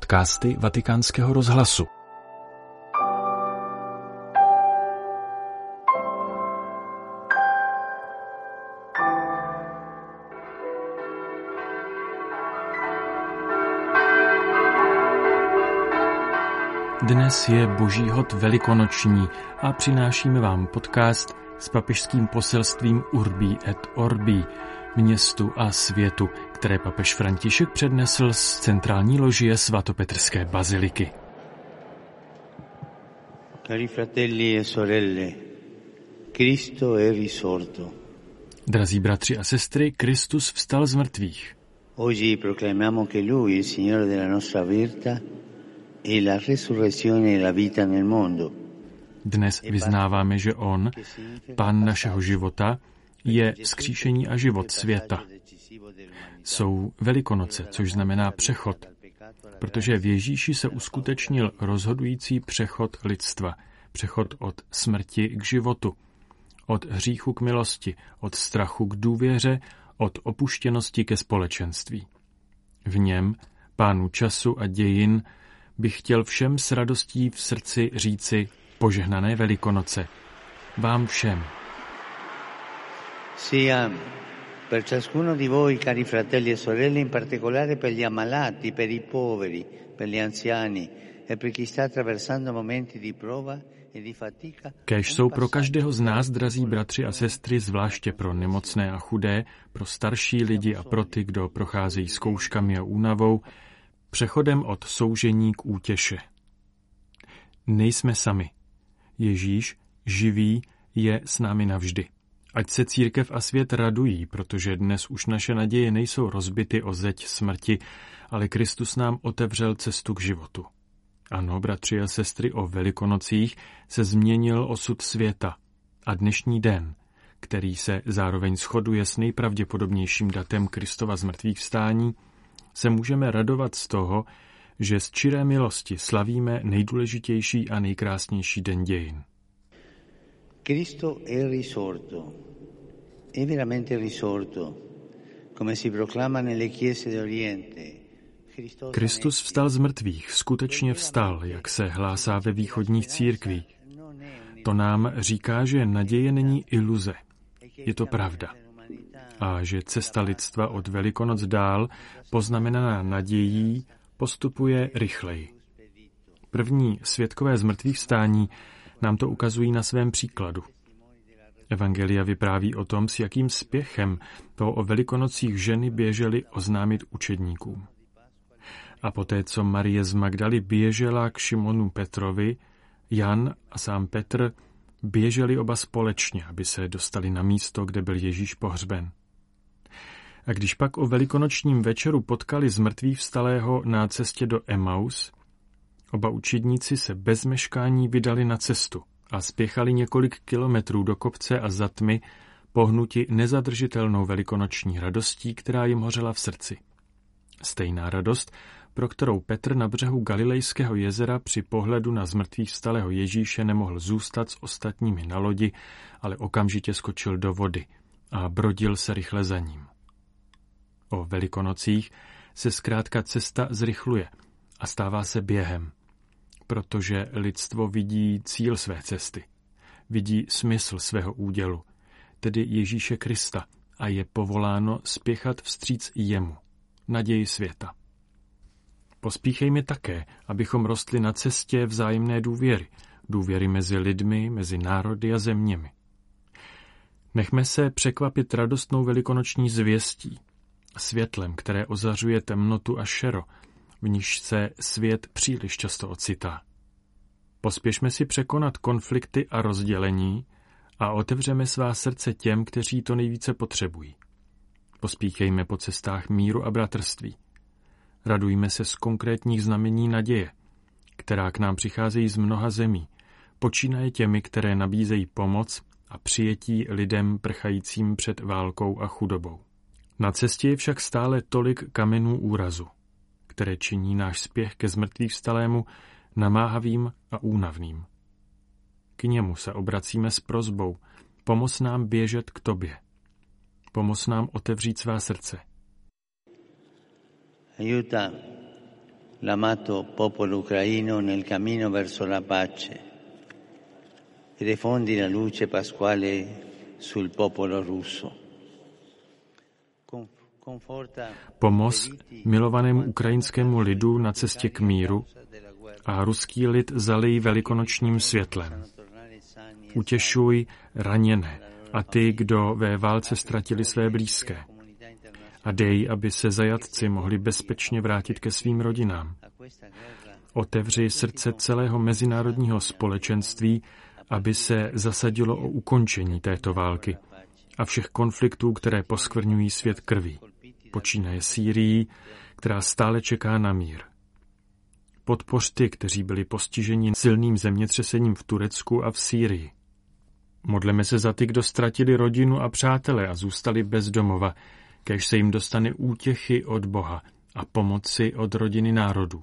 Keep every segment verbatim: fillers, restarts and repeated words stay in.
podcasty Vatikánského rozhlasu. Dnes je Boží hod velikonoční a přinášíme vám podcast s papežským poselstvím Urbi et Orbi, městu a světu, které papež František přednesl z centrální ložie svatopetrské baziliky. Cari fratelli e sorelle, Cristo è risorto. Drazí bratři a sestry, Kristus vstal z mrtvých. Oggi proclamiamo che Lui, il Signore della nostra vita, è la resurrezione e la vita nel mondo. Dnes vyznáváme, že On, Pán našeho života, je vzkříšení a život světa. Jsou Velikonoce, což znamená přechod, protože v Ježíši se uskutečnil rozhodující přechod lidstva, přechod od smrti k životu, od hříchu k milosti, od strachu k důvěře, od opuštěnosti ke společenství. V něm, Pánu času a dějin, bych chtěl všem s radostí v srdci říci požehnané Velikonoce. Vám všem. Sia per ciascuno di voi, cari fratelli e sorelle, in particolare per gli ammalati, per i poveri, per gli anziani e per chi sta attraversando momenti di prova e di fatica. Kéž jsou pro každého z nás, drazí bratři a sestry, zvláště pro nemocné a chudé, pro starší lidi a pro ty, kdo procházejí zkouškami a únavou, přechodem od soužení k útěše. Nejsme sami. Ježíš, živý, je s námi navždy. Ať se církev a svět radují, protože dnes už naše naděje nejsou rozbity o zeď smrti, ale Kristus nám otevřel cestu k životu. Ano, bratři a sestry, o Velikonocích se změnil osud světa a dnešní den, který se zároveň shoduje s nejpravděpodobnějším datem Kristova zmrtvýchvstání, se můžeme radovat z toho, že z čiré milosti slavíme nejdůležitější a nejkrásnější den dějin. Cristo è risorto, è veramente risorto, come si proclama nelle chiese d'Oriente. Kristus vstal z mrtvých, skutečně vstal, jak se hlásá ve východních církvích. To nám říká, že naděje není iluze, je to pravda. A že cesta lidstva od Velikonoc dál, poznamenaná nadějí, postupuje rychleji. První svědkové zmrtvýchvstání nám to ukazují na svém příkladu. Evangelia vypráví o tom, s jakým spěchem to o Velikonocích ženy běžely oznámit učedníkům. A poté, co Marie z Magdaly běžela k Šimonu Petrovi, Jan a sám Petr běželi oba společně, aby se dostali na místo, kde byl Ježíš pohřben. A když pak o velikonočním večeru potkali zmrtvýchvstalého na cestě do Emaus, oba učedníci se bez meškání vydali na cestu a spěchali několik kilometrů do kopce a za tmy, pohnuti nezadržitelnou velikonoční radostí, která jim hořela v srdci. Stejná radost, pro kterou Petr na břehu Galilejského jezera při pohledu na zmrtvýchvstalého Ježíše nemohl zůstat s ostatními na lodi, ale okamžitě skočil do vody a brodil se rychle za ním. O Velikonocích se zkrátka cesta zrychluje a stává se během, protože lidstvo vidí cíl své cesty, vidí smysl svého údělu, tedy Ježíše Krista, a je povoláno spěchat vstříc jemu, naději světa. Pospíchejme také, abychom rostli na cestě vzájemné důvěry, důvěry mezi lidmi, mezi národy a zeměmi. Nechme se překvapit radostnou velikonoční zvěstí, světlem, které ozařuje temnotu a šero, v níž se svět příliš často ocitá. Pospěšme si překonat konflikty a rozdělení a otevřeme svá srdce těm, kteří to nejvíce potřebují. Pospíchejme po cestách míru a bratrství. Radujme se z konkrétních znamení naděje, která k nám přicházejí z mnoha zemí, počínaje těmi, které nabízejí pomoc a přijetí lidem prchajícím před válkou a chudobou. Na cestě je však stále tolik kamenů úrazu, které činí náš spěch ke zmrtvýchvstalému namáhavým a únavným. K němu se obracíme s prosbou, pomoz nám běžet k tobě. Pomoz nám otevřít svá srdce. Aiuta l'amato popolo ucraino nel cammino verso la pace e defondi la luce pasquale sul popolo russo. Pomoz milovanému ukrajinskému lidu na cestě k míru a ruský lid zalej velikonočním světlem. Utěšuj raněné a ty, kdo ve válce ztratili své blízké. A dej, aby se zajatci mohli bezpečně vrátit ke svým rodinám. Otevři srdce celého mezinárodního společenství, aby se zasadilo o ukončení této války a všech konfliktů, které poskvrňují svět krví. Počínaje Sýrií, která stále čeká na mír. Podpoř ty, kteří byli postiženi silným zemětřesením v Turecku a v Sýrii. Modleme se za ty, kdo ztratili rodinu a přátele a zůstali bez domova, kéž se jim dostane útěchy od Boha a pomoci od rodiny národů.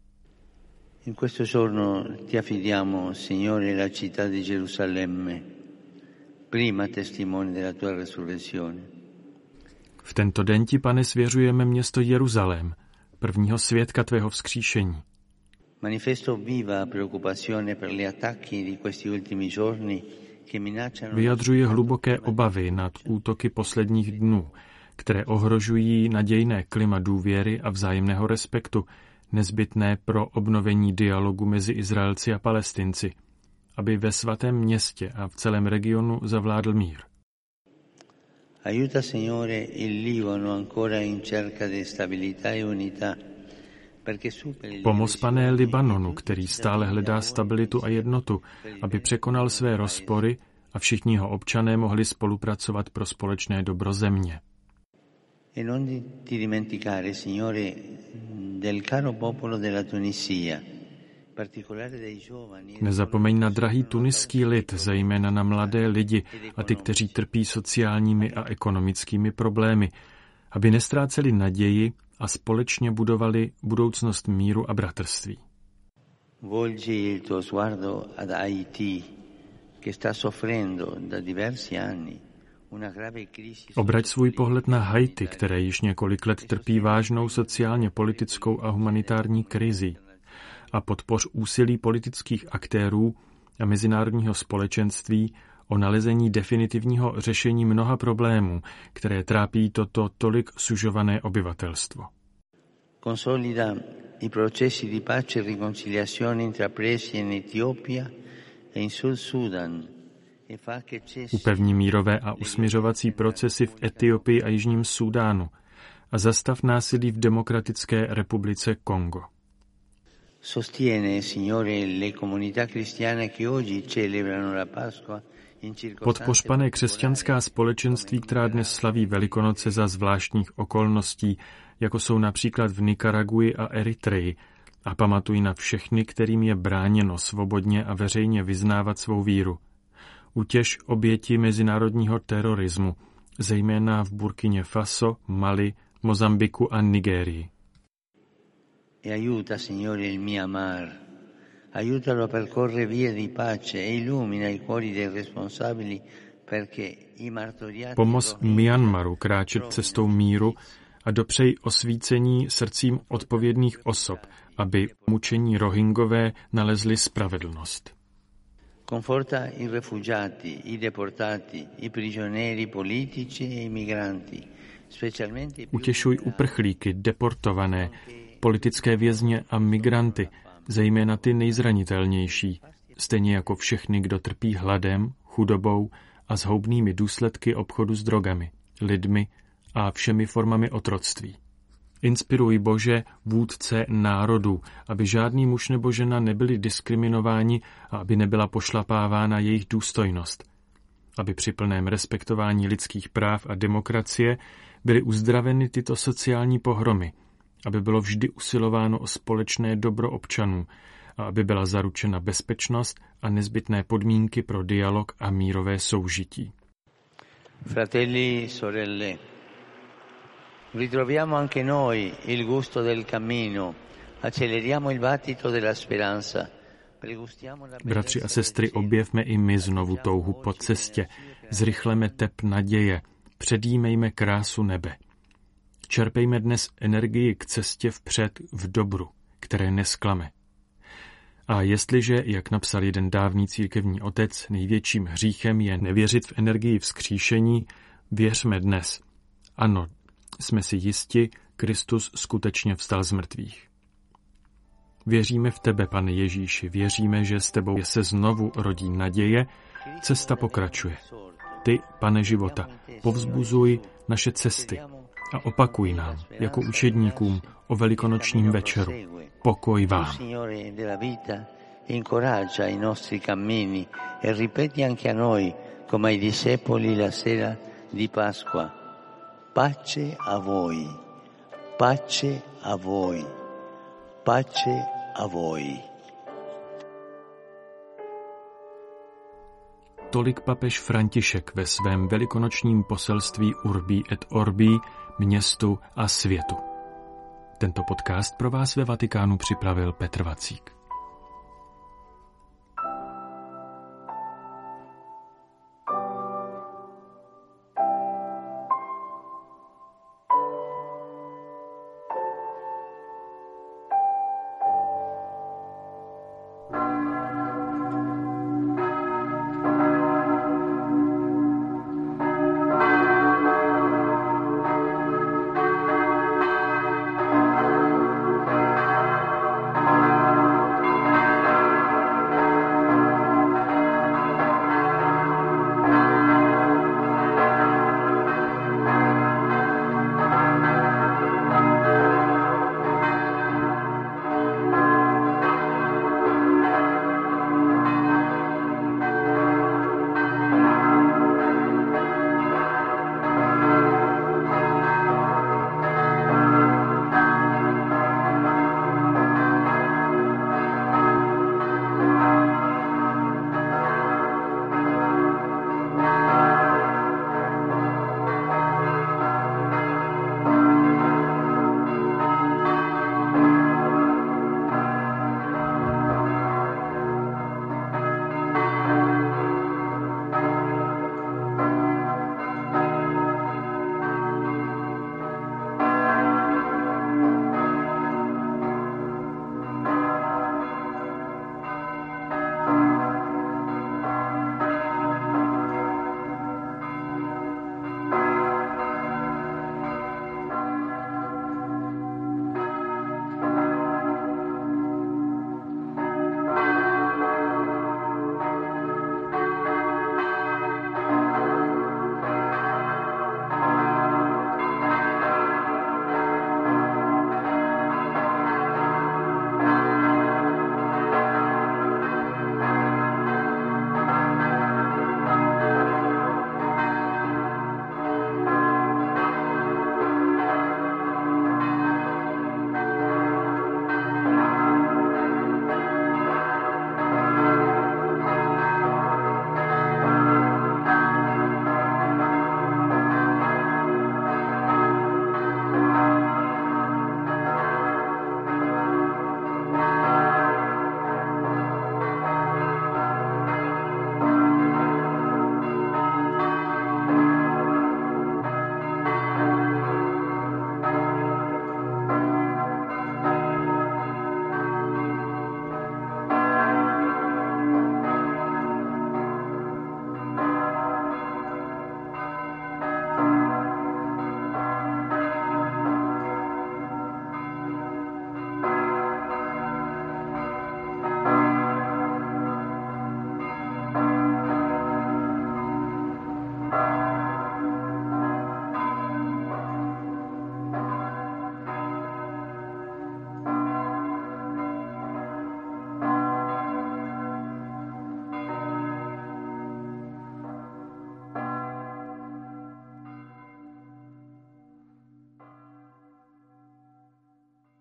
In questo giorno ti affidiamo, Signore, la città di Gerusalemme, prima testimone della tua resurrezione. V tento den ti, Pane, svěřujeme město Jeruzalém, prvního svědka tvého vzkříšení. Manifesto viva preoccupazione per gli attacchi di questi ultimi giorni che minacciano. Vyjadřuje hluboké obavy nad útoky posledních dnů, které ohrožují nadějné klima důvěry a vzájemného respektu, nezbytné pro obnovení dialogu mezi Izraelci a Palestinci, aby ve svatém městě a v celém regionu zavládl mír. Aiuta, Signore, il Libano ancora in cerca di stabilità e unità. Pomoz, Pane, Libanonu, který stále hledá stabilitu a jednotu, aby překonal své rozpory a všichni jeho občané mohli spolupracovat pro společné dobro země. E non ti dimenticare, Signore, del caro popolo della Tunisia, particolare dei giovani. Nezapomeň na drahý tuniský lid, zejména na mladé lidi a ty, kteří trpí sociálními a ekonomickými problémy, aby nestráceli naději a společně budovali budoucnost míru a bratrství. Volgi il tuo sguardo ad Haiti, che sta soffrendo da diversi anni. Obrať svůj pohled na Haiti, které již několik let trpí vážnou sociálně politickou a humanitární krizi, a podpoř úsilí politických aktérů a mezinárodního společenství o nalezení definitivního řešení mnoha problémů, které trápí toto tolik sužované obyvatelstvo. Consolida i processi di pace e riconciliazione intrapresi in Etiopia e in Sud Sudan. Upevní mírové a usmiřovací procesy v Etiopii a Jižním Súdánu a zastav násilí v Demokratické republice Kongo. Sostiene, Signore, le comunità cristiane che oggi celebrano la Pasqua. Podpoř, Pane, křesťanská společenství, která dnes slaví Velikonoce za zvláštních okolností, jako jsou například v Nikaraguji a Eritreji, a pamatuj na všechny, kterým je bráněno svobodně a veřejně vyznávat svou víru. Utěš oběti mezinárodního terorismu, zejména v Burkině Faso, Mali, Mozambiku a Nigérii. E aiuta, Signore, il Myanmar. Aiutalo a percorrere vie di pace e illumina i cuori dei responsabili perché i martoriati. Pomoz Myanmaru kráčet cestou míru a dopřej osvícení srdcím odpovědných osob, aby mučení Rohingové nalezli spravedlnost. Conforta i rifugiati, i deportati, i prigionieri politici e i migranti, specialmente. Utěšuj uprchlíky, deportované, politické vězně a migranty, zejména ty nejzranitelnější, stejně jako všechny, kdo trpí hladem, chudobou a zhoubnými důsledky obchodu s drogami, lidmi a všemi formami otroctví. Inspiruj, Bože, vůdce národů, aby žádný muž nebo žena nebyli diskriminováni a aby nebyla pošlapávána jejich důstojnost. Aby při plném respektování lidských práv a demokracie byly uzdraveny tyto sociální pohromy, aby bylo vždy usilováno o společné dobro občanů a aby byla zaručena bezpečnost a nezbytné podmínky pro dialog a mírové soužití. Fratelli, sorelle, ritroviamo anche noi il gusto del cammino, acceleriamo il battito della speranza. Bratři a sestry, objevme i my znovu touhu po cestě, zrychleme tep naděje, předjímejme krásu nebe. Čerpejme dnes energii k cestě vpřed v dobru, které nesklame. A jestliže, jak napsal jeden dávný církevní otec, největším hříchem je nevěřit v energii vzkříšení, věřme dnes. Ano, jsme si jisti, Kristus skutečně vstal z mrtvých. Věříme v tebe, Pane Ježíši, věříme, že s tebou se znovu rodí naděje, cesta pokračuje. Ty, Pane života, povzbuzuj naše cesty a opakuj nám, jako učedníkům, o velikonočním večeru. Pokoj vám. Incoraggia i nostri cammini e ripeti anche a noi, come ai discepoli la sera di Pasqua. Pace a voi, pace a voi, pace a voi. Tolik papež František ve svém velikonočním poselství Urbi et Orbi městu a světu. Tento podcast pro vás ve Vatikánu připravil Petr Vacík.